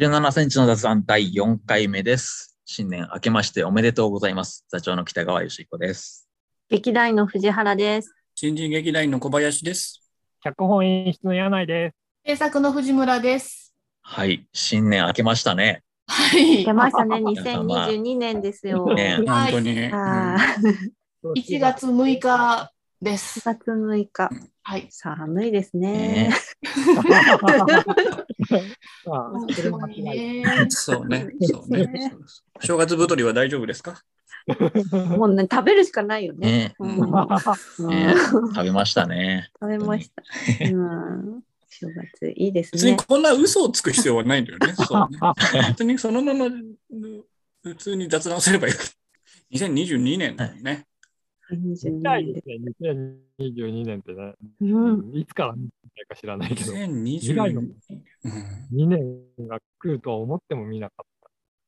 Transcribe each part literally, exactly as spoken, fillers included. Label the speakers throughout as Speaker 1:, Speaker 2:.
Speaker 1: じゅうななセンチの雑談だいよんかいめです。新年明けましておめでとうございます。座長の北川義彦です。
Speaker 2: 劇団員の藤原です。
Speaker 3: 新人劇団員の小林です。
Speaker 4: 脚本演出の柳井です。
Speaker 5: 制作の藤村です。
Speaker 1: はい、新年明けましたね。
Speaker 5: はい。
Speaker 2: 出ましたね。にせんにじゅうにねんですよ。
Speaker 1: ね、
Speaker 3: 本当に。
Speaker 2: あ
Speaker 5: ーいちがつむいかです。
Speaker 2: いちがつむいか。
Speaker 5: はい。
Speaker 2: 寒いですね。
Speaker 1: ね
Speaker 3: そうね。そうね。正月太りは大丈夫ですか？
Speaker 2: もうね、食べるしかないよね。
Speaker 1: ね
Speaker 2: うん
Speaker 1: ね食べましたね。
Speaker 2: 食べました。うん正月いいですね。
Speaker 3: 別にこんな嘘をつく必要はないんだよね。そうね。別にそのまま普通に雑談すればいい。にせんにじゅうにねんだよね。
Speaker 2: にせんに
Speaker 4: じゅうにねんってね、
Speaker 2: うん、
Speaker 4: いつから見たか知らないけど、
Speaker 3: にせんにじゅうにねん、
Speaker 4: にねんが来るとは思ってもみなかった。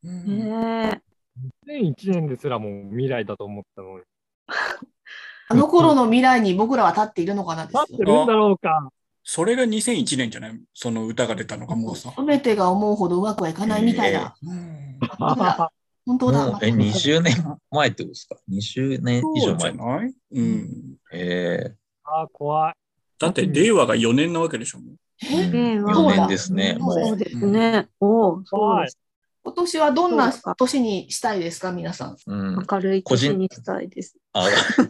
Speaker 2: うん、ね
Speaker 4: にせんいちねんですらもう未来だと思ったのに。
Speaker 5: あの頃の未来に僕らは立っているのかなですよ。
Speaker 4: 立ってるんだろうか。
Speaker 3: それがにせんいちねんじゃない？その歌が出たのがもうさ。
Speaker 5: すべてが思うほどうまくはいかないみたいな。
Speaker 3: えーうん
Speaker 5: 本当だ。
Speaker 1: もうえにじゅうねんまえってことですか？にじゅうねん以上前。
Speaker 3: そうじゃない？うん。
Speaker 1: えー、
Speaker 4: ああ、怖い。
Speaker 3: だって令和がよねんなわけでしょ。
Speaker 5: え
Speaker 2: え
Speaker 1: よねんですね。も
Speaker 2: そうですね。おお、そうです。
Speaker 5: 今年はどんな年にしたいですか、皆さん。
Speaker 1: うん、
Speaker 2: 明るい年にしたいです。
Speaker 1: あ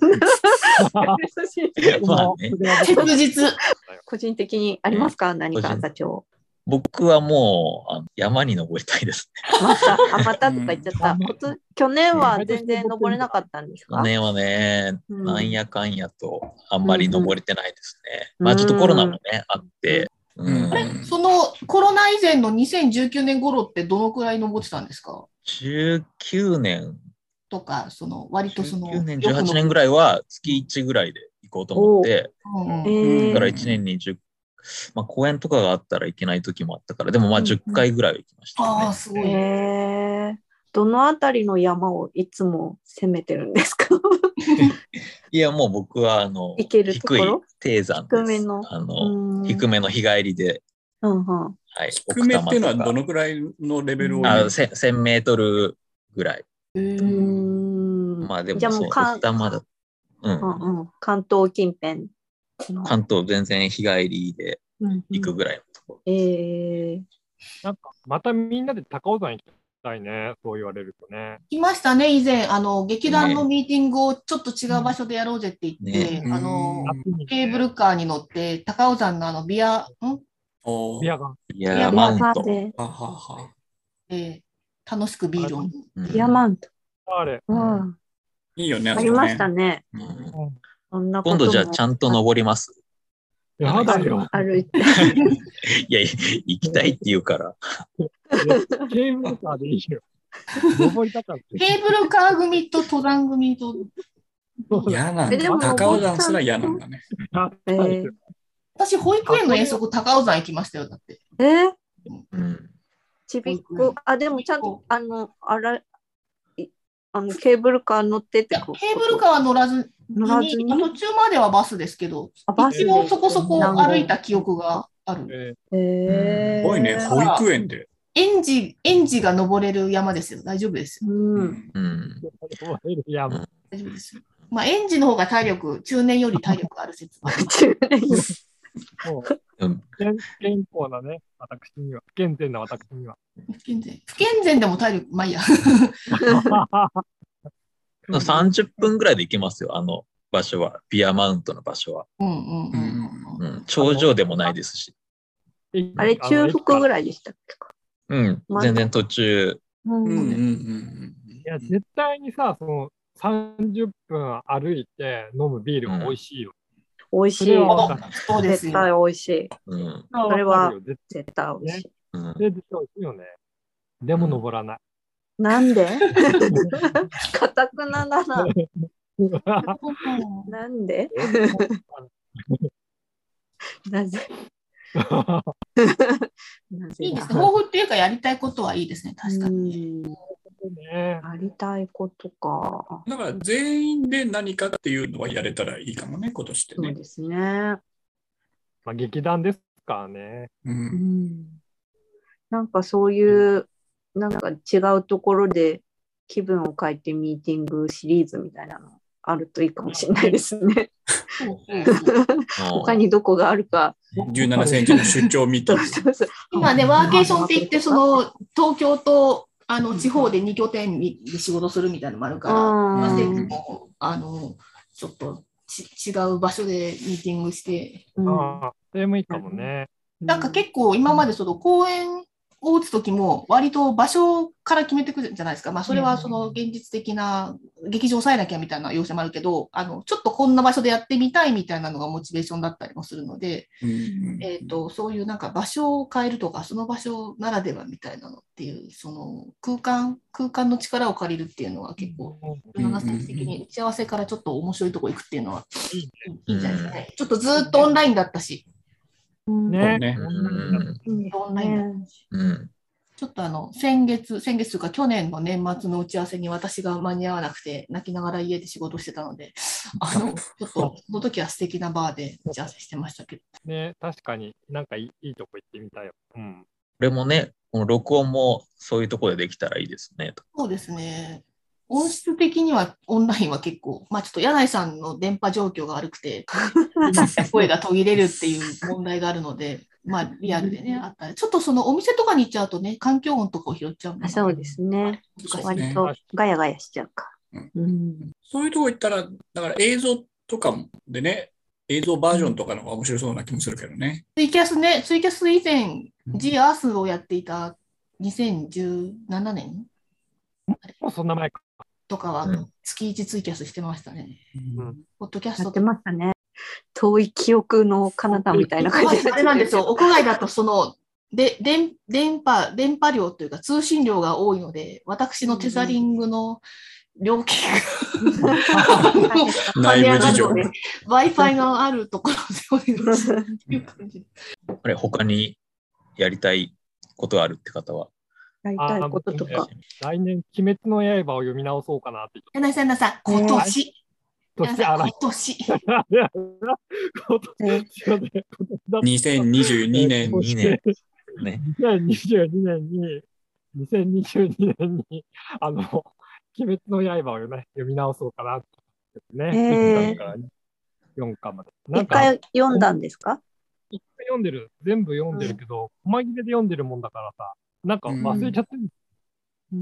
Speaker 1: まあね、
Speaker 5: 切実。
Speaker 2: 個人的にありますか？何か座長。
Speaker 1: 僕はもうあの山に登りたいですね。
Speaker 2: また、あ、またとか言っちゃった。うん、去年は全然登れなかったんですか？
Speaker 1: 去年はね、うん、なんやかんやとあんまり登れてないですね。うん、まあちょっとコロナもね、あって。
Speaker 5: うん、あれそのコロナ以前のにせんじゅうきゅうねん頃ってどのくらい登ってたんですか？
Speaker 1: じゅうきゅうねん
Speaker 5: とか、その割とその。
Speaker 1: じゅうきゅうねん、じゅうはちねんぐらいは月いちぐらいで行こうと思って、
Speaker 5: うん、
Speaker 1: だからいちねんにじゅう、まあ公演とかがあったら行けない時もあったから、でもまあじゅっかいぐらいは行きましたね。
Speaker 5: うん、ああ、すごい。
Speaker 2: へー。どのあたりの山をいつも攻めてるんですか？
Speaker 1: いや、もう僕はあの
Speaker 2: 行けるところ
Speaker 1: 低山です。
Speaker 2: 低めの
Speaker 1: あの低めの日帰りで、
Speaker 2: うんうん、
Speaker 1: はい、
Speaker 3: 低めっていうのはどのくらいのレベルを、
Speaker 1: あ、せんメートルぐらい。
Speaker 2: うーん、
Speaker 1: まあでも
Speaker 2: じゃあもう関
Speaker 1: だまだ、
Speaker 2: うんうんうん、関東近辺。
Speaker 1: 関東全然日帰りで行くぐらいのところ。
Speaker 2: うんうん、えー、
Speaker 4: なんかまたみんなで高尾山行きたいね、そう言われるとね。
Speaker 5: 来ましたね、以前、あの劇団のミーティングをちょっと違う場所でやろうぜって言って、ね、あのケーブルカーに乗って高尾山のあのビア、ん
Speaker 4: ビアガン。
Speaker 1: ビアマウント。
Speaker 3: ははは
Speaker 5: えー、楽しくビールを。
Speaker 2: ビアマウント。
Speaker 4: あれ。
Speaker 2: うん、
Speaker 3: いいよね。
Speaker 2: ありましたね。
Speaker 1: うん、そんな今度じゃあちゃんと登ります。
Speaker 4: やだよ。
Speaker 2: 歩いて。
Speaker 1: いや、行きたいって言うから。
Speaker 4: ケーブルカーでいいよ。登りたかった。
Speaker 5: ケーブルカー組と登山組と。
Speaker 3: 嫌なんだ。高尾山すら嫌なんだね。
Speaker 2: えー、
Speaker 5: 私、保育園の遠足、高尾山行きましたよ、だって。
Speaker 2: えー
Speaker 1: うん、
Speaker 2: ちびっこ、あ、でもちゃんと、あの、あら、あのケーブルカー乗ってってこ
Speaker 5: ケーブルカーは乗らず
Speaker 2: 乗らずに
Speaker 5: 途中まではバスですけど、一応そこそこ歩いた記憶がある。
Speaker 2: えー、
Speaker 3: すごいね、保育園で。
Speaker 5: 園児、園児が登れる山ですよ。大丈夫ですよ。
Speaker 2: うん
Speaker 1: うん、
Speaker 5: 大丈夫ですよ。まあ、園児の方が体力、中年より体力ある説は。
Speaker 4: もう健康なね、私には、不健全な私には。
Speaker 5: 不健全。不健全でも体力、まあいいや。
Speaker 1: さんじゅっぷんぐらいで行けますよ、あの場所は、ビアマウントの場所は。
Speaker 5: うんうんうん
Speaker 1: うん、頂上でもないですし。
Speaker 2: あれ、中腹ぐらいでしたっけか？
Speaker 1: うん、全然途中。
Speaker 4: うんうんうん、いや、絶対にさ、そのさんじゅっぷん歩いて飲むビールが美味しいよ。
Speaker 2: 美味しい。
Speaker 5: そうですよ。
Speaker 2: 絶対美味しい。
Speaker 1: うん、
Speaker 2: それは絶対美味しい。
Speaker 4: 絶対美味しいよね。でも登らない。
Speaker 2: なんで？かたくななら。なんで？なぜ？
Speaker 5: いいですね。抱負っていうかやりたいことはいいですね。確かに。
Speaker 2: やりたいことか。
Speaker 3: だから全員で何かっていうのはやれたらいいかもね、今年ってね。
Speaker 2: そうですね。
Speaker 4: まあ劇団ですからね。
Speaker 3: うん。
Speaker 2: なんかそういう、なんか違うところで気分を変えてミーティングシリーズみたいなのあるといいかもしれないですね。他にどこがあるか。
Speaker 3: じゅうななセンチの出張ミーティング。
Speaker 5: 今ね、ワーケーションって言って、その東京とあの地方でに拠点で仕事するみたいなのもあるから、まあ、もあのちょっとち違う場所でミーティングして。
Speaker 4: ああ、それもいいかもね。
Speaker 5: なんか結構今までその公演を打つときも割と場所から決めてくるじゃないですか。まあそれはその現実的な劇場を抑えなきゃみたいな要請もあるけど、あのちょっとこんな場所でやってみたいみたいなのがモチベーションだったりもするので、えっとそういうなんか場所を変えるとかその場所ならではみたいなのっていうその空間空間の力を借りるっていうのは結構長崎的に打ち合わせからちょっと面白いとこ行くっていうのはいいんじゃないですかね。ちょっとずっとオンラインだったし。
Speaker 4: ね。
Speaker 3: ね
Speaker 5: オンラインだし。ちょっとあの先月、先月というか去年の年末の打ち合わせに私が間に合わなくて泣きながら家で仕事してたので、あのちょっとその時は素敵なバーで打ち合わせしてましたけど。
Speaker 4: ね、確かになんかいい、いいとこ行ってみたいよ。うん。
Speaker 1: これもね、この録音もそういうところでできたらいいですね。
Speaker 5: そうですね。音質的にはオンラインは結構、まあちょっと柳井さんの電波状況が悪くて、声が途切れるっていう問題があるので、まあリアルでね、あったり、ちょっとそのお店とかに行っちゃうとね、環境音とかを拾っちゃうの。
Speaker 2: そうですね。割とガヤガヤしちゃうか。
Speaker 3: うんうん、そういうとこ行ったら、だから映像とかでね、映像バージョンとかの方が面白そうな気もするけどね。
Speaker 5: ツイキャスね、ツイキャス以前、G アースをやっていたにせんじゅうななねん
Speaker 4: もうそんな前か。
Speaker 5: とかは月いちツイキャスしてましたね。うん、ポッドキャスト
Speaker 2: やってましたね。遠い記憶の彼方みたいな感じ
Speaker 5: で。あれなんですよ。屋外だとそので電電波電波量というか通信量が多いので、私のテザリングの料金が
Speaker 3: 内部事情。
Speaker 5: Wi-Fi があるところでお願いします。
Speaker 1: あれ他にやりたいことがあるって方は。
Speaker 2: やりたいこととか。
Speaker 4: 来年、鬼滅の刃を読み直そうかなって。
Speaker 5: 柳井さん、さん、今年。
Speaker 4: 年
Speaker 5: 今年。
Speaker 3: にせんにじゅうにねんにねん。
Speaker 4: ね、にせんにじゅうにねんに、にせんにじゅうにねんに、あの、鬼滅の刃を、ね、読み直そうかなってね。いちかんからよんかんまで。
Speaker 2: 一回読んだんですか？
Speaker 4: 一回読んでる。全部読んでるけど、細切れで読んでるもんだからさ。なんか忘れちゃってる。うん。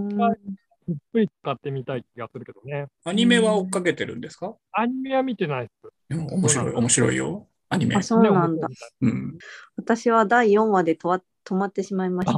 Speaker 4: ゆっくり使ってみたい気がするけどね。
Speaker 3: アニメは追っかけてるんですか？
Speaker 4: アニメは見てないです。
Speaker 3: でも面白い、面白いよ。アニメ。
Speaker 2: あ、そうなんだ。
Speaker 3: うん、
Speaker 2: 私はだいよんわでとわ止まってしまいまして。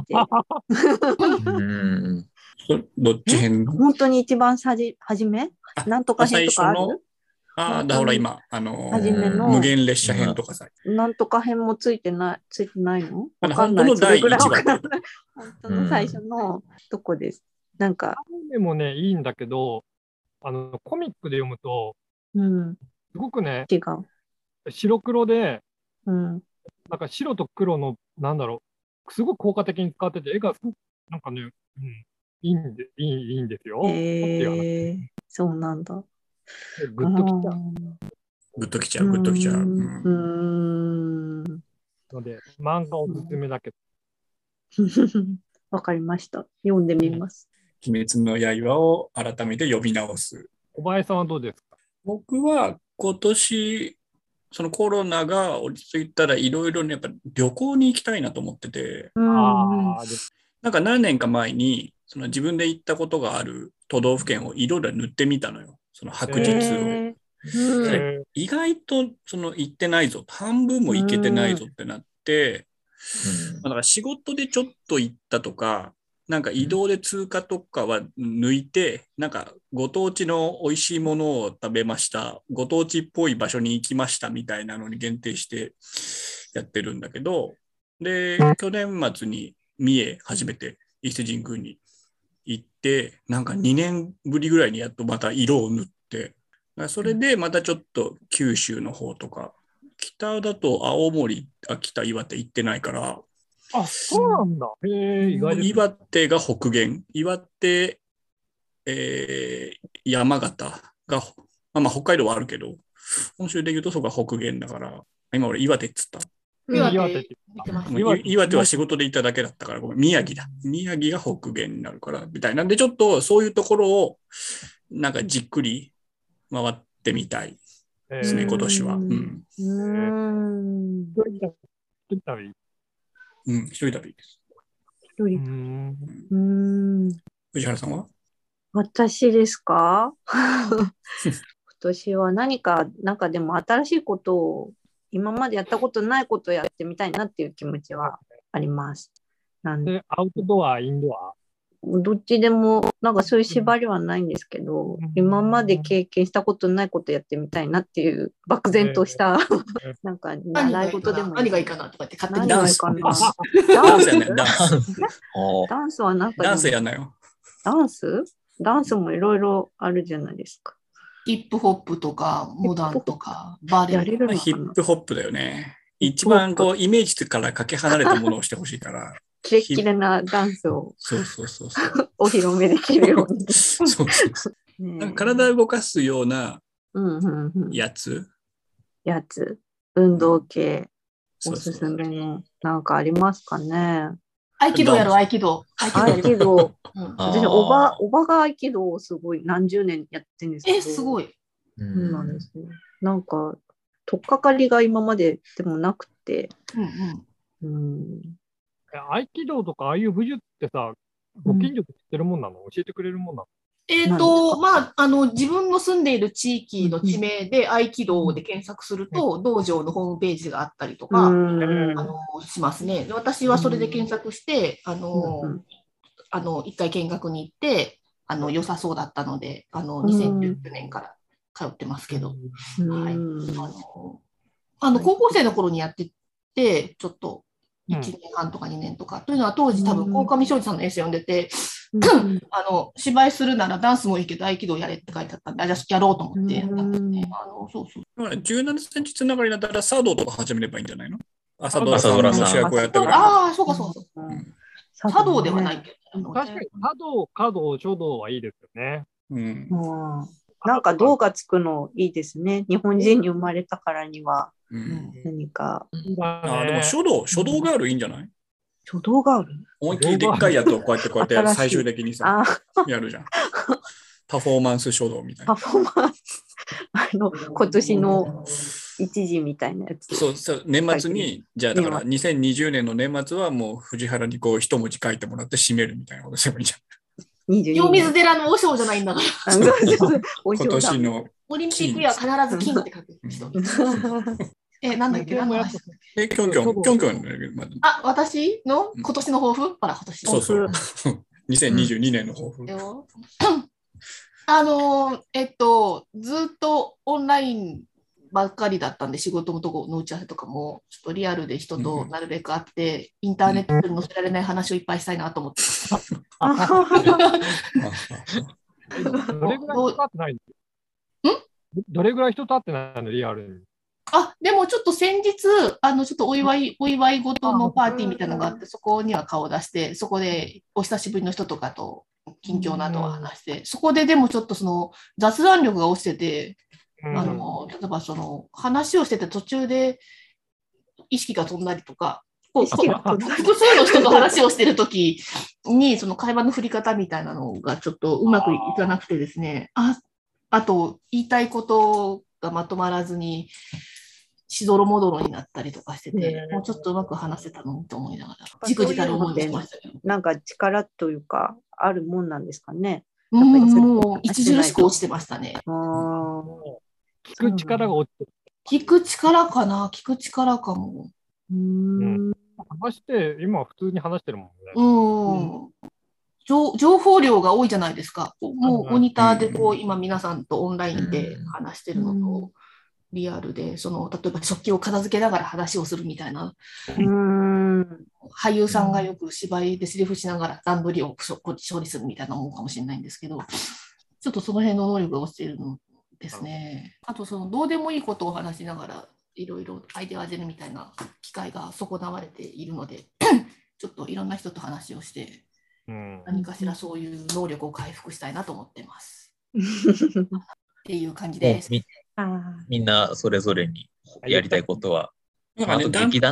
Speaker 3: うんどっち編？
Speaker 2: 本当に一番さじ初め？なんとか編とかある？
Speaker 3: ああ、だから今、あの
Speaker 2: ー、
Speaker 3: 無限列車編とかさ。
Speaker 2: なんとか編もついてない、ついてないの？
Speaker 3: わかんない。本当の第一話。
Speaker 2: 本当の最初のとこです。なんか。
Speaker 4: アニメもね、いいんだけど、あの、コミックで読むと、
Speaker 2: うん、
Speaker 4: すごくね、
Speaker 2: 違う。
Speaker 4: 白黒で、
Speaker 2: うん、
Speaker 4: なんか白と黒の、なんだろう、すごく効果的に使ってて、絵が、なんかね、うん、いいんで、いい、いいんですよ。
Speaker 2: へー、そうなんだ。
Speaker 4: グッときちゃう。
Speaker 3: グッときちゃう、グッときちゃう。う
Speaker 2: ーん。
Speaker 4: ので、漫画おすすめだけ
Speaker 2: ど。わかりました。読んでみます。
Speaker 3: 鬼滅の刃を改めて読み直す。
Speaker 4: 小林さんはどうですか？
Speaker 3: 僕は今年、そのコロナが落ち着いたらいろいろね、やっぱ旅行に行きたいなと思ってて、
Speaker 4: あ
Speaker 3: なんか何年か前にその自分で行ったことがある都道府県をいろいろ塗ってみたのよ。その白日を。意外とその行ってないぞ、半分も行けてないぞってなって、うん、だから仕事でちょっと行ったとか、なんか移動で通過とかは抜いて、なんかご当地の美味しいものを食べました、ご当地っぽい場所に行きましたみたいなのに限定してやってるんだけど、で、去年末に三重初めて伊勢神宮に行って、なんかにねんぶりぐらいにやっとまた色を塗って、それでまたちょっと九州の方とか、北だと青森、秋田、岩手行ってないから、
Speaker 4: あ、そうなんだ。へえ、意外ですね。
Speaker 3: 岩手が北限、岩手、えー、山形が、まあ、まあ北海道はあるけど、本州で言うとそこが北限だから、今俺岩手っつった。
Speaker 5: 岩手
Speaker 4: 岩手って
Speaker 5: 見てました
Speaker 3: もうい岩手は仕事で行っただけだったから、ごめん、宮城だ。宮城が北限になるから、みたいなんで、ちょっとそういうところを、なんかじっくり回ってみたいですね、
Speaker 4: えー
Speaker 3: 今年は。う
Speaker 2: うん
Speaker 3: ん。
Speaker 2: うーん。
Speaker 4: 一人旅一人旅
Speaker 3: うん、一人旅です。
Speaker 4: う
Speaker 2: 一人。
Speaker 4: ん
Speaker 2: うーん。
Speaker 3: 藤原さんは
Speaker 2: 私ですか今年は何か、なんかでも新しいことを、今までやったことないことをやってみたいなっていう気持ちはあります。なん
Speaker 4: で、アウトドア、インドア。
Speaker 2: どっちでも、なんかそういう縛りはないんですけど、
Speaker 4: うん
Speaker 2: 今まで経験したことないことやってみたいなっていう漠然とした、
Speaker 4: えー
Speaker 2: なんか
Speaker 5: 何がいいか
Speaker 2: 習い事でも
Speaker 5: な何がいいかなとかって勝手に
Speaker 2: 何がいいかな。
Speaker 3: ダンスやね、
Speaker 2: ダン
Speaker 3: ダンス。
Speaker 2: ス
Speaker 1: おー
Speaker 2: ダンスはなんかでも
Speaker 3: ダンスやんなよ。
Speaker 2: ダンスダンスもいろいろあるじゃないですか。
Speaker 5: ヒップホップとか、モダンとか、バレエ
Speaker 2: やれるの
Speaker 3: ヒ
Speaker 2: かな
Speaker 3: ップホップだよね。
Speaker 2: ヒッ
Speaker 3: 一
Speaker 2: プホップ
Speaker 3: 番こう、イメージからかけ離れたものをしてほしいから。
Speaker 2: キレッキレなダンスを
Speaker 3: そうそうそうそう。
Speaker 2: お披露目できるように。
Speaker 3: そうそうそう。
Speaker 2: ね
Speaker 3: なんか体を動かすような
Speaker 2: うんうんうん、
Speaker 3: やつ。
Speaker 2: やつ、運動系、
Speaker 3: そうそう
Speaker 2: おすすめのなんかありますかね。
Speaker 5: 合気道やろ、合気道。合
Speaker 2: 合気道。
Speaker 5: うん
Speaker 1: あー
Speaker 2: 私、おば、おばが合気道をすごい何十年やってるんですけど。
Speaker 5: え、すごい。
Speaker 1: う
Speaker 2: そうなんですよ。なんか、とっかかりが今まででもなくて。
Speaker 5: うんうん。
Speaker 2: うん。
Speaker 4: 合気道とかああいう武術ってさ、ご近所で知ってるもんなの、教えてくれるもんなの
Speaker 5: えっ、と、まあ、あの、自分の住んでいる地域の地名で合気道で検索すると、道場のホームページがあったりとか、
Speaker 2: うん
Speaker 5: あのしますね。で私はそれで検索して、あの、
Speaker 2: うん
Speaker 5: あの一回見学に行って、あの良さそうだったので、あのにせんじゅうきゅうねんから通ってますけど、
Speaker 2: うん
Speaker 5: はい、あのあの高校生の頃にやってて、ちょっといちねんはんとかにねんとか、というのは当時多分鴻上尚史さんのエッセイ読んでて、
Speaker 2: うん
Speaker 5: あの芝居するならダンスもいいけど合気道やれって書いてあったんで、あじゃあやろうと思ってやったんですね。あのそうそう
Speaker 3: だからじゅうななセンチつながりだったら茶道とか始めればいいんじゃないの？朝ドラさん
Speaker 1: 朝ドラさん
Speaker 3: の主役をやってるから。
Speaker 5: ああ、そうかそうか。
Speaker 2: うん
Speaker 5: 茶道ではないけど。
Speaker 4: 確かに、茶道、華道、書道はいいですよね。
Speaker 3: うん
Speaker 2: うんなんか道がつくのいいですね。日本人に生まれたからには
Speaker 3: うん
Speaker 2: 何か。
Speaker 3: ああでも書道、書道ガールいいんじゃない？
Speaker 2: 書道がある
Speaker 3: 思いっきりでっかいやつをこうやってこうやって
Speaker 2: 新しい
Speaker 3: 最終的にさ、
Speaker 2: あ
Speaker 3: やるじゃん。パフォーマンス書道みたいな。
Speaker 2: パフォーマンス。あの、今年の一時みたいなやつ。
Speaker 3: そうそう年末に、じゃあだからにせんにじゅうねんの年末はもう藤原にこう一文字書いてもらって締めるみたいなことすればいいじゃん。
Speaker 2: にじゅうに
Speaker 5: 清水寺の和尚じゃないんだから。
Speaker 2: あそうそうそうお
Speaker 3: 今
Speaker 2: 嬢さん
Speaker 3: 年の。
Speaker 5: オリンピックには必ず金って書く人。え、なんだっけ何の話
Speaker 3: え、キョンキョン、キョンキョンのまだ
Speaker 5: あ、私の今年の抱負ほら、今年。
Speaker 3: そうそう。にせんにじゅうにねんの抱負。
Speaker 5: よあの、えっと、ずっとオンラインばっかりだったんで、仕事のとこの打ち合わせとかも、ちょっとリアルで人となるべく会って、インターネットに載せられない話をいっぱいしたいなと思って。
Speaker 4: どれぐらい人と会ってないのどれぐらい人と会ってないのリアルに。
Speaker 5: あ、でもちょっと先日、あの、ちょっとお祝い、お祝い事のパーティーみたいなのがあって、そこには顔を出して、そこでお久しぶりの人とかと近況などを話して、そこででもちょっとその雑談力が落ちてて、
Speaker 4: うん
Speaker 5: あの、例えばその話をしてて途中で意識が飛んだりとか、こう
Speaker 2: 意識が飛んだり
Speaker 5: 複数の人と話をしてるときに、その会話の振り方みたいなのがちょっとうまくいかなくてですね、あ、あと言いたいことがまとまらずに、しどろもどろになったりとかしてて、もうちょっとうまく話せたのにと思いながら、じくじたる思いをしましたけど。
Speaker 2: なんか力というか、あるもんなんですかね。
Speaker 5: うん、もう著しく落ちてましたね。
Speaker 2: あー
Speaker 4: 聞く力が落ちてる。
Speaker 5: 聞く力かな聞く力かも。
Speaker 2: うーん
Speaker 4: 話して、今は普通に話してるもんね。
Speaker 5: うん。情情報量が多いじゃないですか。もうモニターでこう、今皆さんとオンラインで話してるのと、リアルで、その、例えば食器を片付けながら話をするみたいな、
Speaker 2: うーん
Speaker 5: 俳優さんがよく芝居でセリフしながら段取りをそこ処理するみたいなもんかもしれないんですけど、ちょっとその辺の能力が落ちているのですね。あと、その、どうでもいいことを話しながら、いろいろアイデアが出るみたいな機会が損なわれているので、ちょっといろんな人と話をして、
Speaker 4: うん。
Speaker 5: 何かしらそういう能力を回復したいなと思ってます。っていう感じです。
Speaker 1: み
Speaker 2: あー
Speaker 1: みんなそれぞれにやりたいことは、まあ、あと
Speaker 3: なんかね、団
Speaker 1: 劇団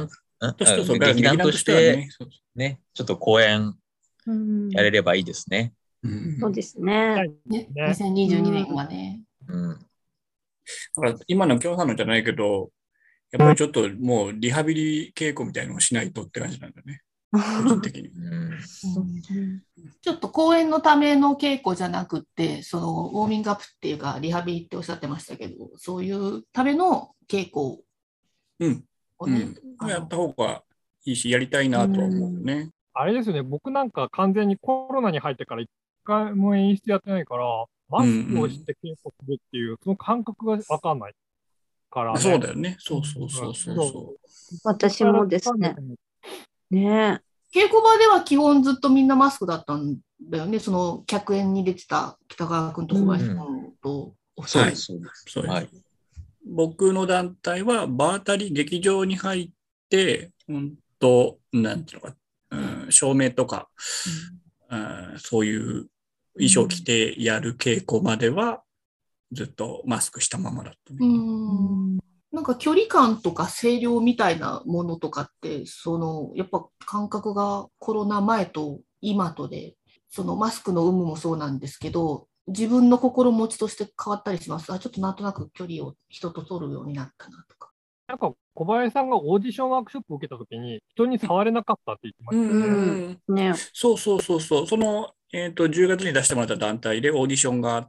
Speaker 3: としてそう
Speaker 1: 劇団として
Speaker 3: ね、そう
Speaker 1: ね、ちょっと公演
Speaker 2: うん
Speaker 1: やれればいいですね。
Speaker 3: うん
Speaker 2: そうですね。
Speaker 5: ね、
Speaker 4: ね
Speaker 5: にせんにじゅうにねんはね。
Speaker 1: うん。
Speaker 3: だから今の京さんのじゃないけど、やっぱりちょっともうリハビリ稽古みたいなのをしないとって感じなんだね。個人的に。
Speaker 1: うん
Speaker 5: ちょっと公演のための稽古じゃなくってそのウォーミングアップっていうかリハビリっておっしゃってましたけど、そういうための稽古
Speaker 3: うん。
Speaker 5: をね、
Speaker 3: うん。
Speaker 5: あの
Speaker 3: やった方がいいし、やりたいなとは思うよね。
Speaker 4: あれですよね、僕なんか完全にコロナに入ってから一回も演出やってないから、マスクをして稽古するっていう、その感覚がわかんないからね。
Speaker 3: そうだよね。そうそうそうそうそ
Speaker 2: 私もですね。ね
Speaker 5: 稽古場では基本ずっとみんなマスクだったんだよね。その客演に出てた北川君と小林君とお二人。
Speaker 1: そうです、そうです。
Speaker 3: そうです
Speaker 1: はい。
Speaker 3: う。僕の団体は場当たり劇場に入って、本当なんていうのか、うん、照明とか、うん、そういう衣装着てやる稽古まではずっとマスクしたままだったね。
Speaker 5: うんなんか距離感とか声量みたいなものとかってそのやっぱ感覚がコロナ前と今とでそのマスクの有無もそうなんですけど自分の心持ちとして変わったりします。あ、ちょっとなんとなく距離を人と取るようになったなとか。
Speaker 4: なんか小林さんがオーディションワークショップを受けたときに人に触れなかったって言ってましたよね。
Speaker 3: うんうん
Speaker 2: ね
Speaker 3: そうそうそうそう。その、えーと、じゅうがつに出してもらった団体でオーディションがあって、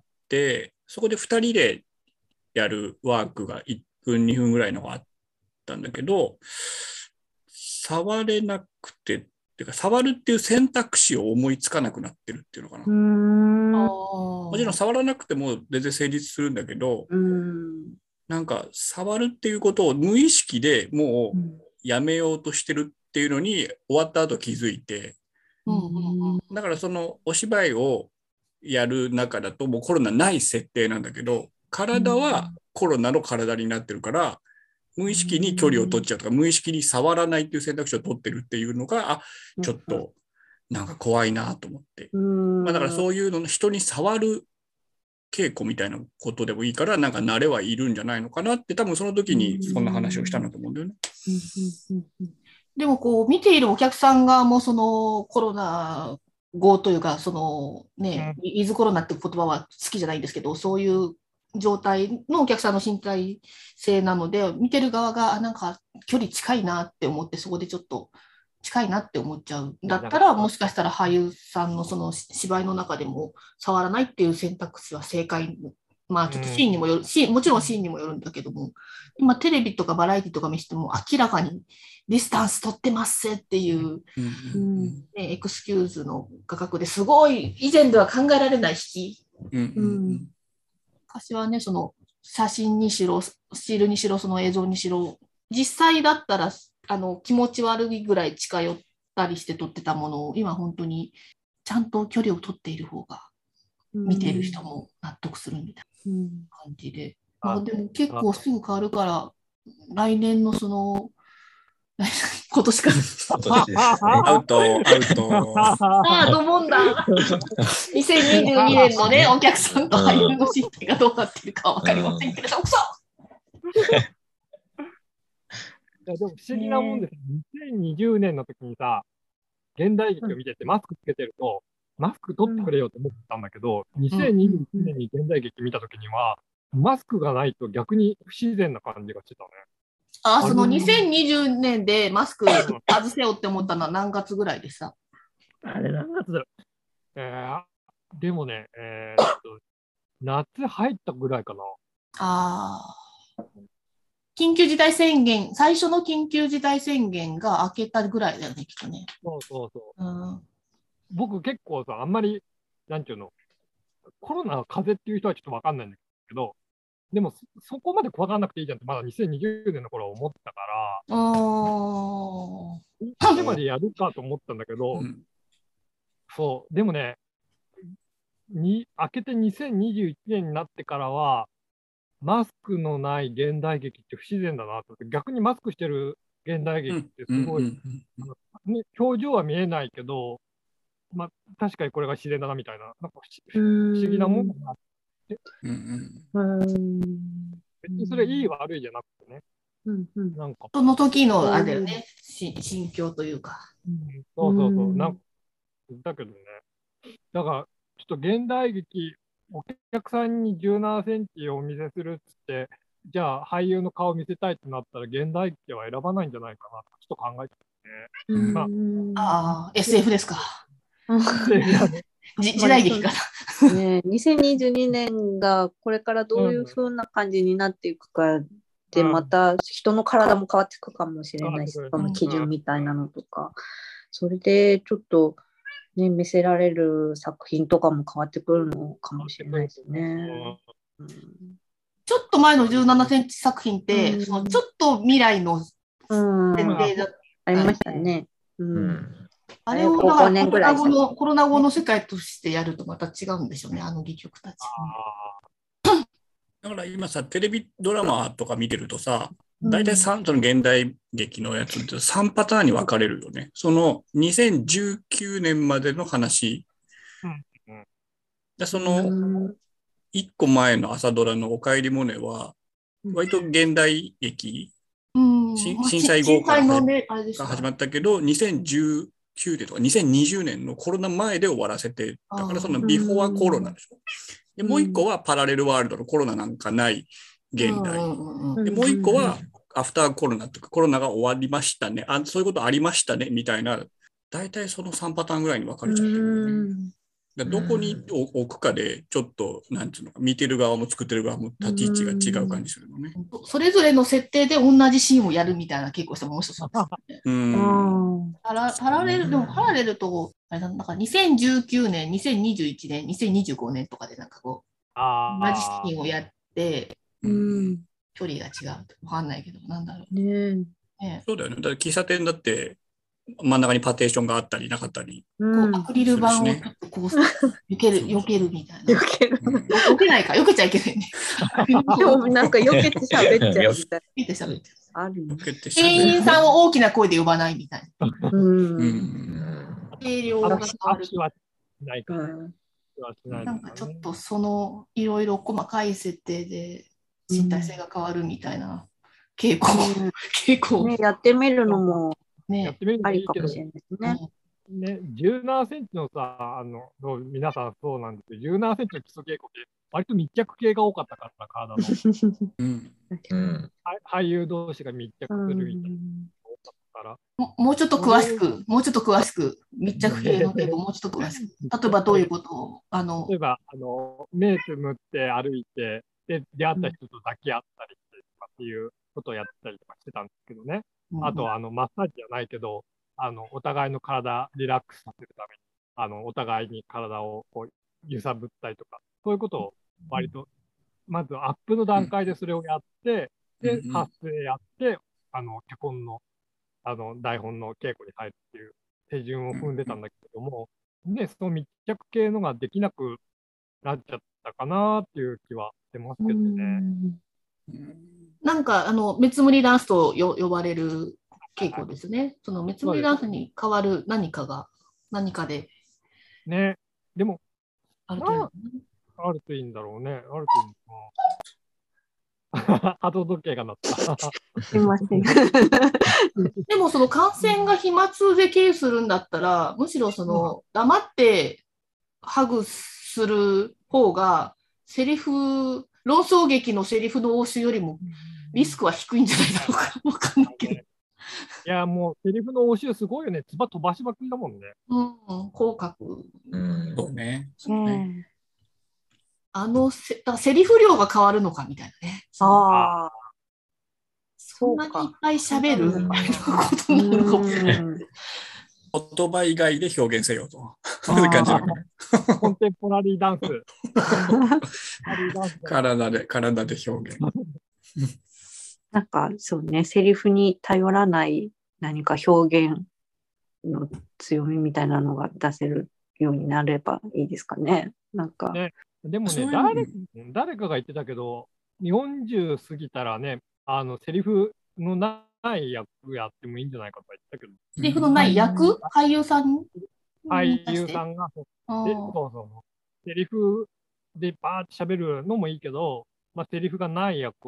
Speaker 3: そこでふたりでやるワークがいっぷん、にふんぐらいのがあったんだけど、触れなくて、っていうか、触るっていう選択肢を思いつかなくなってるっていうのかな。
Speaker 2: うーん
Speaker 3: もちろん触らなくても全然成立するんだけど、
Speaker 2: うん
Speaker 3: なんか触るっていうことを無意識でもうやめようとしてるっていうのに終わった後気づいて、
Speaker 5: うんうんうん
Speaker 3: だからそのお芝居をやる中だともうコロナない設定なんだけど、体はコロナの体になってるから、無意識に距離を取っちゃうとか、無意識に触らないっていう選択肢を取ってるっていうのが、あ、ちょっとなんか怖いなと思って。まあだからそういうのの人に触る稽古みたいなことでもいいから、なんか慣れはいるんじゃないのかなって、多分その時にそんな話をしたんだと思うんだよね。
Speaker 5: でもこう見ているお客さんがもうそのコロナ後というかそのね、ウィズコロナって言葉は好きじゃないんですけど、そういう状態のお客さんの身体性なので、見てる側があなんか距離近いなって思って、そこでちょっと近いなって思っちゃう。だったらもしかしたら俳優さんのその芝居の中でも触らないっていう選択肢は正解。まあちょっとシーンにもよる、シーンもちろんシーンにもよるんだけども、今テレビとかバラエティとか見せても明らかにディスタンス取ってますっていう、
Speaker 3: うん
Speaker 5: ね、エクスキューズの価格ですごい以前では考えられない引き。
Speaker 3: うんうん
Speaker 5: 昔はね、その写真にしろ、スチールにしろ、その映像にしろ、実際だったらあの気持ち悪いぐらい近寄ったりして撮ってたものを、今本当にちゃんと距離を取っている方が見ている人も納得するみたいな感じで。まあ、でも結構すぐ変わるから、来年のその、今年から
Speaker 1: 今年ですね。
Speaker 3: アウト、アウト。
Speaker 5: ああ、どうもんだ。にせんにじゅうにねんのね、お客さんと俳優の身体がどうなってるかわかりませんけれども、くそ
Speaker 4: いやでも不思議なもんです。にせんにじゅうねんの時にさ、現代劇を見ててマスクつけてると、マスク取ってくれよって思ったんだけど、にせんにじゅういちねんに現代劇見た時には、マスクがないと逆に不自然な感じがしてたね。
Speaker 5: ああ、そのにせんにじゅうねんでマスク外せよって思ったのは何月ぐらいでした？
Speaker 4: あれ何月だろう。えー、でもね、えーっと、夏入ったぐらいかな。
Speaker 5: ああ。緊急事態宣言、最初の緊急事態宣言が明けたぐらいだよね、きっとね。
Speaker 4: そうそうそう。
Speaker 5: うん、
Speaker 4: 僕結構さ、あんまり、なんていうの、コロナ風邪っていう人はちょっとわかんないんだけど、でもそ、そこまで怖がらなくていいじゃんって、まだにせんにじゅうねんの頃は思ったから、
Speaker 5: あ
Speaker 4: いつまでやるかと思ったんだけど、
Speaker 3: うん
Speaker 4: そう、でもね、に明けてにせんにじゅういちねんになってからは、マスクのない現代劇って不自然だなと思って、逆にマスクしてる現代劇ってすごい、
Speaker 3: うんうんうん
Speaker 4: ね、表情は見えないけど、まあ、確かにこれが自然だなみたいな、なんか不思議なもんだなって。
Speaker 3: うんうん
Speaker 4: 別にそれいい悪いじゃなくてね。
Speaker 2: うんうん
Speaker 4: なんか、
Speaker 5: その時のあれだよね、し心境というか。
Speaker 4: うんそうそうそうう、
Speaker 2: ん
Speaker 4: なんか、だけどね、だから、ちょっと現代劇、お客さんにじゅうななセンチをお見せするっつって、じゃあ俳優の顔を見せたいってなったら、現代劇は選ばないんじゃないかなと、ちょっと考えて
Speaker 2: う
Speaker 4: まあ
Speaker 2: ん
Speaker 5: ああ、エスエフ ですか。
Speaker 4: て、いやね、
Speaker 5: じ時代劇かな。
Speaker 2: ね、にせんにじゅうにねんがこれからどういう
Speaker 4: うん
Speaker 2: 風な感じになっていくかで、
Speaker 4: うん
Speaker 2: また人の体も変わっていくかもしれないし、
Speaker 4: 変わってくる
Speaker 2: その基準みたいなのとか、それでちょっと、ね、見せられる作品とかも変わってくるのかもしれないですね。うん
Speaker 5: ちょっと前のじゅうななセンチ作品って、
Speaker 2: うん
Speaker 5: そのちょっと未来の
Speaker 2: うん、
Speaker 5: 設定だった。
Speaker 2: ありましたね。う
Speaker 1: うんん。
Speaker 5: あれを
Speaker 2: あれ
Speaker 5: だから
Speaker 2: ごねん
Speaker 5: コロナ後
Speaker 2: ぐらい先
Speaker 5: のコロナ後の世界としてやるとまた違うんでしょうね、あの戯曲たち。
Speaker 4: あ
Speaker 3: だから今さ、テレビドラマとか見てるとさ、
Speaker 2: うん
Speaker 3: 大体さんその現代劇のやつってさんパターンに分かれるよね。そのにせんじゅうきゅうねんまでの話。
Speaker 4: うんうん
Speaker 3: でその
Speaker 2: うん
Speaker 3: いっこまえの朝ドラのおかえりモネは、割と現代劇
Speaker 5: うん
Speaker 3: し
Speaker 5: まあ
Speaker 3: 震災後
Speaker 5: 震
Speaker 3: から
Speaker 5: 災のね、あれですか
Speaker 3: が始まったけど、にせんじゅうきゅうねんとかにせんにじゅうねんのコロナ前で終わらせて、だからそのビフォーコロナでしょ。で、もう一個はパラレルワールドのコロナなんかない現代。
Speaker 5: うんうんうん
Speaker 3: で、もう一個はアフターコロナとかコロナが終わりましたね。あ、そういうことありましたね、みたいな、大体そのさんパターンぐらいに分かれちゃってるよね。だからどこに置くかで、ちょっと、なんていうのか、見てる側も作ってる側も立ち位置が違う感じするのね。
Speaker 5: それぞれの設定で同じシーンをやるみたいな結構しても面白そうですね。
Speaker 3: うん。
Speaker 5: パラパラレル、でもパラレルと、あれだなんかにせんじゅうきゅうねん、にせんにじゅういちねん、にせんにじゅうごねんとかでなんかこ
Speaker 4: あ
Speaker 5: う、同じシーンをやって、
Speaker 2: うん
Speaker 5: 距離が違うってわかんないけど、なんだろう。
Speaker 2: ね
Speaker 5: ね、
Speaker 3: そうだよね。だから喫茶店だって、真ん中にパテーションがあったりなかったり。
Speaker 2: う
Speaker 5: こうんアクリル板をちょっとこう、避ける、避けるみたいな。
Speaker 2: 避ける。
Speaker 3: うん
Speaker 5: 避けないか、避けちゃいけないね。
Speaker 2: でもなんか避けて喋っちゃうみたい
Speaker 5: 見て喋ってる。
Speaker 2: な。あるね。
Speaker 3: 受けて喋
Speaker 5: 店員さんを大きな声で呼ばないみたいな。
Speaker 2: うん。
Speaker 3: う
Speaker 2: うん
Speaker 3: ん。
Speaker 5: 声量が変わる
Speaker 4: 握手。はしないか、
Speaker 2: うん
Speaker 4: 握手はしない
Speaker 5: なんかちょっとそのいろいろ細かい設定で身体性が変わるみたいな傾向、傾向
Speaker 2: ね、やってみるのも
Speaker 5: ね。
Speaker 4: やってみるの
Speaker 2: あ
Speaker 4: もいいけど
Speaker 2: りかもしれないですね。
Speaker 4: ね、じゅうななセンチのさ、あの、そう皆さんそうなんですけど、じゅうななセンチの基礎稽古って、割と密着系が多かったから、体の。
Speaker 3: うん。
Speaker 1: うん。
Speaker 4: は俳優同士が密着するみたいなのが多かったから、
Speaker 5: ももうちょっと詳しく、もうちょっと詳しく、密着系の稽古、もうちょっと詳しく。例えばどういうことを、あの
Speaker 4: 例え、ば、あの、目つむって歩いて、で、出会った人と抱き合ったりしてとかっていうことをやったりとかしてたんですけどね。あと、あの、マッサージじゃないけど、あの、お互いの体、リラックスさせるために、あの、お互いに体をこう揺さぶったりとか、そういうことを割と、まずアップの段階でそれをやって、で
Speaker 3: うん、
Speaker 4: 発声やって、あの、脚本の、あの、台本の稽古に入るっていう手順を踏んでたんだけども、ね、その密着系のができなくなっちゃったかなっていう気はしてますけどね。
Speaker 5: なんか、あの、目つむりダンスとよ呼ばれる稽古ですね。その目つむりダンスに変わる何かが、何かで
Speaker 4: ね。でも、
Speaker 5: あるといいのかな。
Speaker 4: あるといいんだろうね。あるといいのかな。波動時計が鳴った。
Speaker 2: すいません。
Speaker 5: でもその感染が飛沫で経由するんだったら、むしろその黙ってハグする方が、セリフ、論争劇のセリフの応酬よりもリスクは低いんじゃないだろうか。わかんないけど。
Speaker 4: いや、もう、セリフの応酬すごいよね。つば飛ばしまくりだもんね。
Speaker 5: うん、口角。
Speaker 1: うん。
Speaker 3: そうね。そうね。
Speaker 2: ね
Speaker 5: あのせ、だからセリフ量が変わるのかみたいなね。
Speaker 2: ああ、
Speaker 5: そんなにいっぱい喋る
Speaker 1: うん
Speaker 5: みたいなことになるかもしれない。
Speaker 2: うん
Speaker 3: 言葉以外で表現せよと。そういう感じだね。
Speaker 4: コンテンポラリーダンス。コンテンポラリーダンスだ
Speaker 3: 体で、体で表現。
Speaker 2: なんかそうね、セリフに頼らない何か表現の強みみたいなのが出せるようになればいいですかね。なんか、
Speaker 4: ねでもね
Speaker 3: そういう
Speaker 4: 誰、誰かが言ってたけど、よんじゅう過ぎたらね、あの、セリフのない役やってもいいんじゃないかとか言ってたけど、
Speaker 5: セリフのない役俳優さんに
Speaker 4: 俳優さんが、そう
Speaker 5: あー
Speaker 4: でそうそうそうセリフでバーって喋るのもいいけど、まあ、セリフがない役を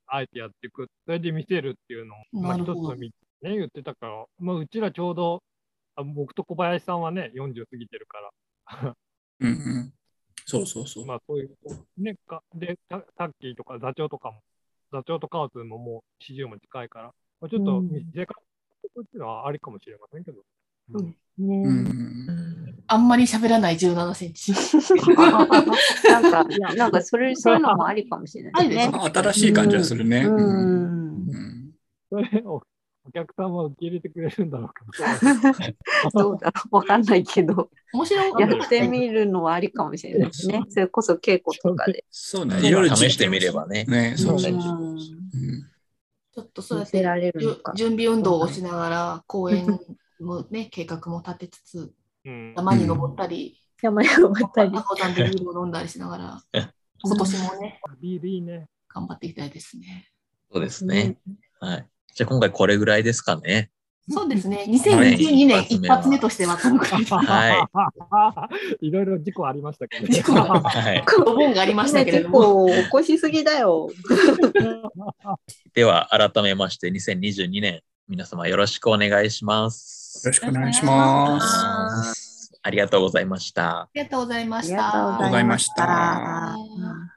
Speaker 4: あえてやっていく、それで見せるっていうのを、まあ、一つの道ね、言ってたから、まあ、うちらちょうど、あ僕と小林さんはね、よんじゅう過ぎてるから。
Speaker 3: うんうん。そうそうそう。
Speaker 4: まあ、そういう、ね、かでタ、タッキーとか座長とかも、座長とカオスももうよんじゅうも近いから、まあ、ちょっと見せ方っていうのはありかもしれませんけど。
Speaker 2: そうです
Speaker 3: うん
Speaker 2: ね。
Speaker 3: うん
Speaker 5: あんまり喋らないじゅうななセンチ。
Speaker 2: なんか、なんかそれ、そういうのもありかもしれないですね。
Speaker 3: 新しい感じはするね。
Speaker 2: うん
Speaker 3: うん
Speaker 2: うん
Speaker 4: それをお客さんは受け入れてくれるんだろうか。
Speaker 2: どうだろう、わかんないけど、
Speaker 5: 面白い。
Speaker 2: やってみるのはありかもしれないですね。それこそ稽古とかで。
Speaker 3: そうね。いろいろ
Speaker 1: 試してみればね。
Speaker 3: ね、そうそうそう。
Speaker 2: うん
Speaker 3: うん
Speaker 5: ちょっとそうやっ
Speaker 2: 見せら
Speaker 5: て
Speaker 2: れるのか
Speaker 5: 準備運動をしながら、公演もね、計画も立てつつ、
Speaker 4: うん
Speaker 5: 山に登ったり、
Speaker 2: 山に登ったり。
Speaker 5: 登山でビールを飲んだりしながら、今年もね、
Speaker 4: ビールいいね。
Speaker 5: 頑張っていきたいですね。
Speaker 1: そうですね。はい。じゃあ今回これぐらいですかね。
Speaker 5: そうですね。にせんにじゅうにねん一発目としてはこのくらい。
Speaker 1: はい
Speaker 4: ろいろ事故ありましたけど、
Speaker 5: 事故が
Speaker 1: はい。
Speaker 5: お盆がありましたけれど
Speaker 2: 結
Speaker 5: も。
Speaker 2: 構起こしすぎだよ。
Speaker 1: では改めましてにせんにじゅうにねん皆様よろしくお願いします。
Speaker 3: よろしくお願いします。
Speaker 1: ありがとうございました。
Speaker 5: ありがとうございまし
Speaker 2: ありがとう
Speaker 5: た。
Speaker 2: ございまし
Speaker 3: ありがとうございました
Speaker 2: た。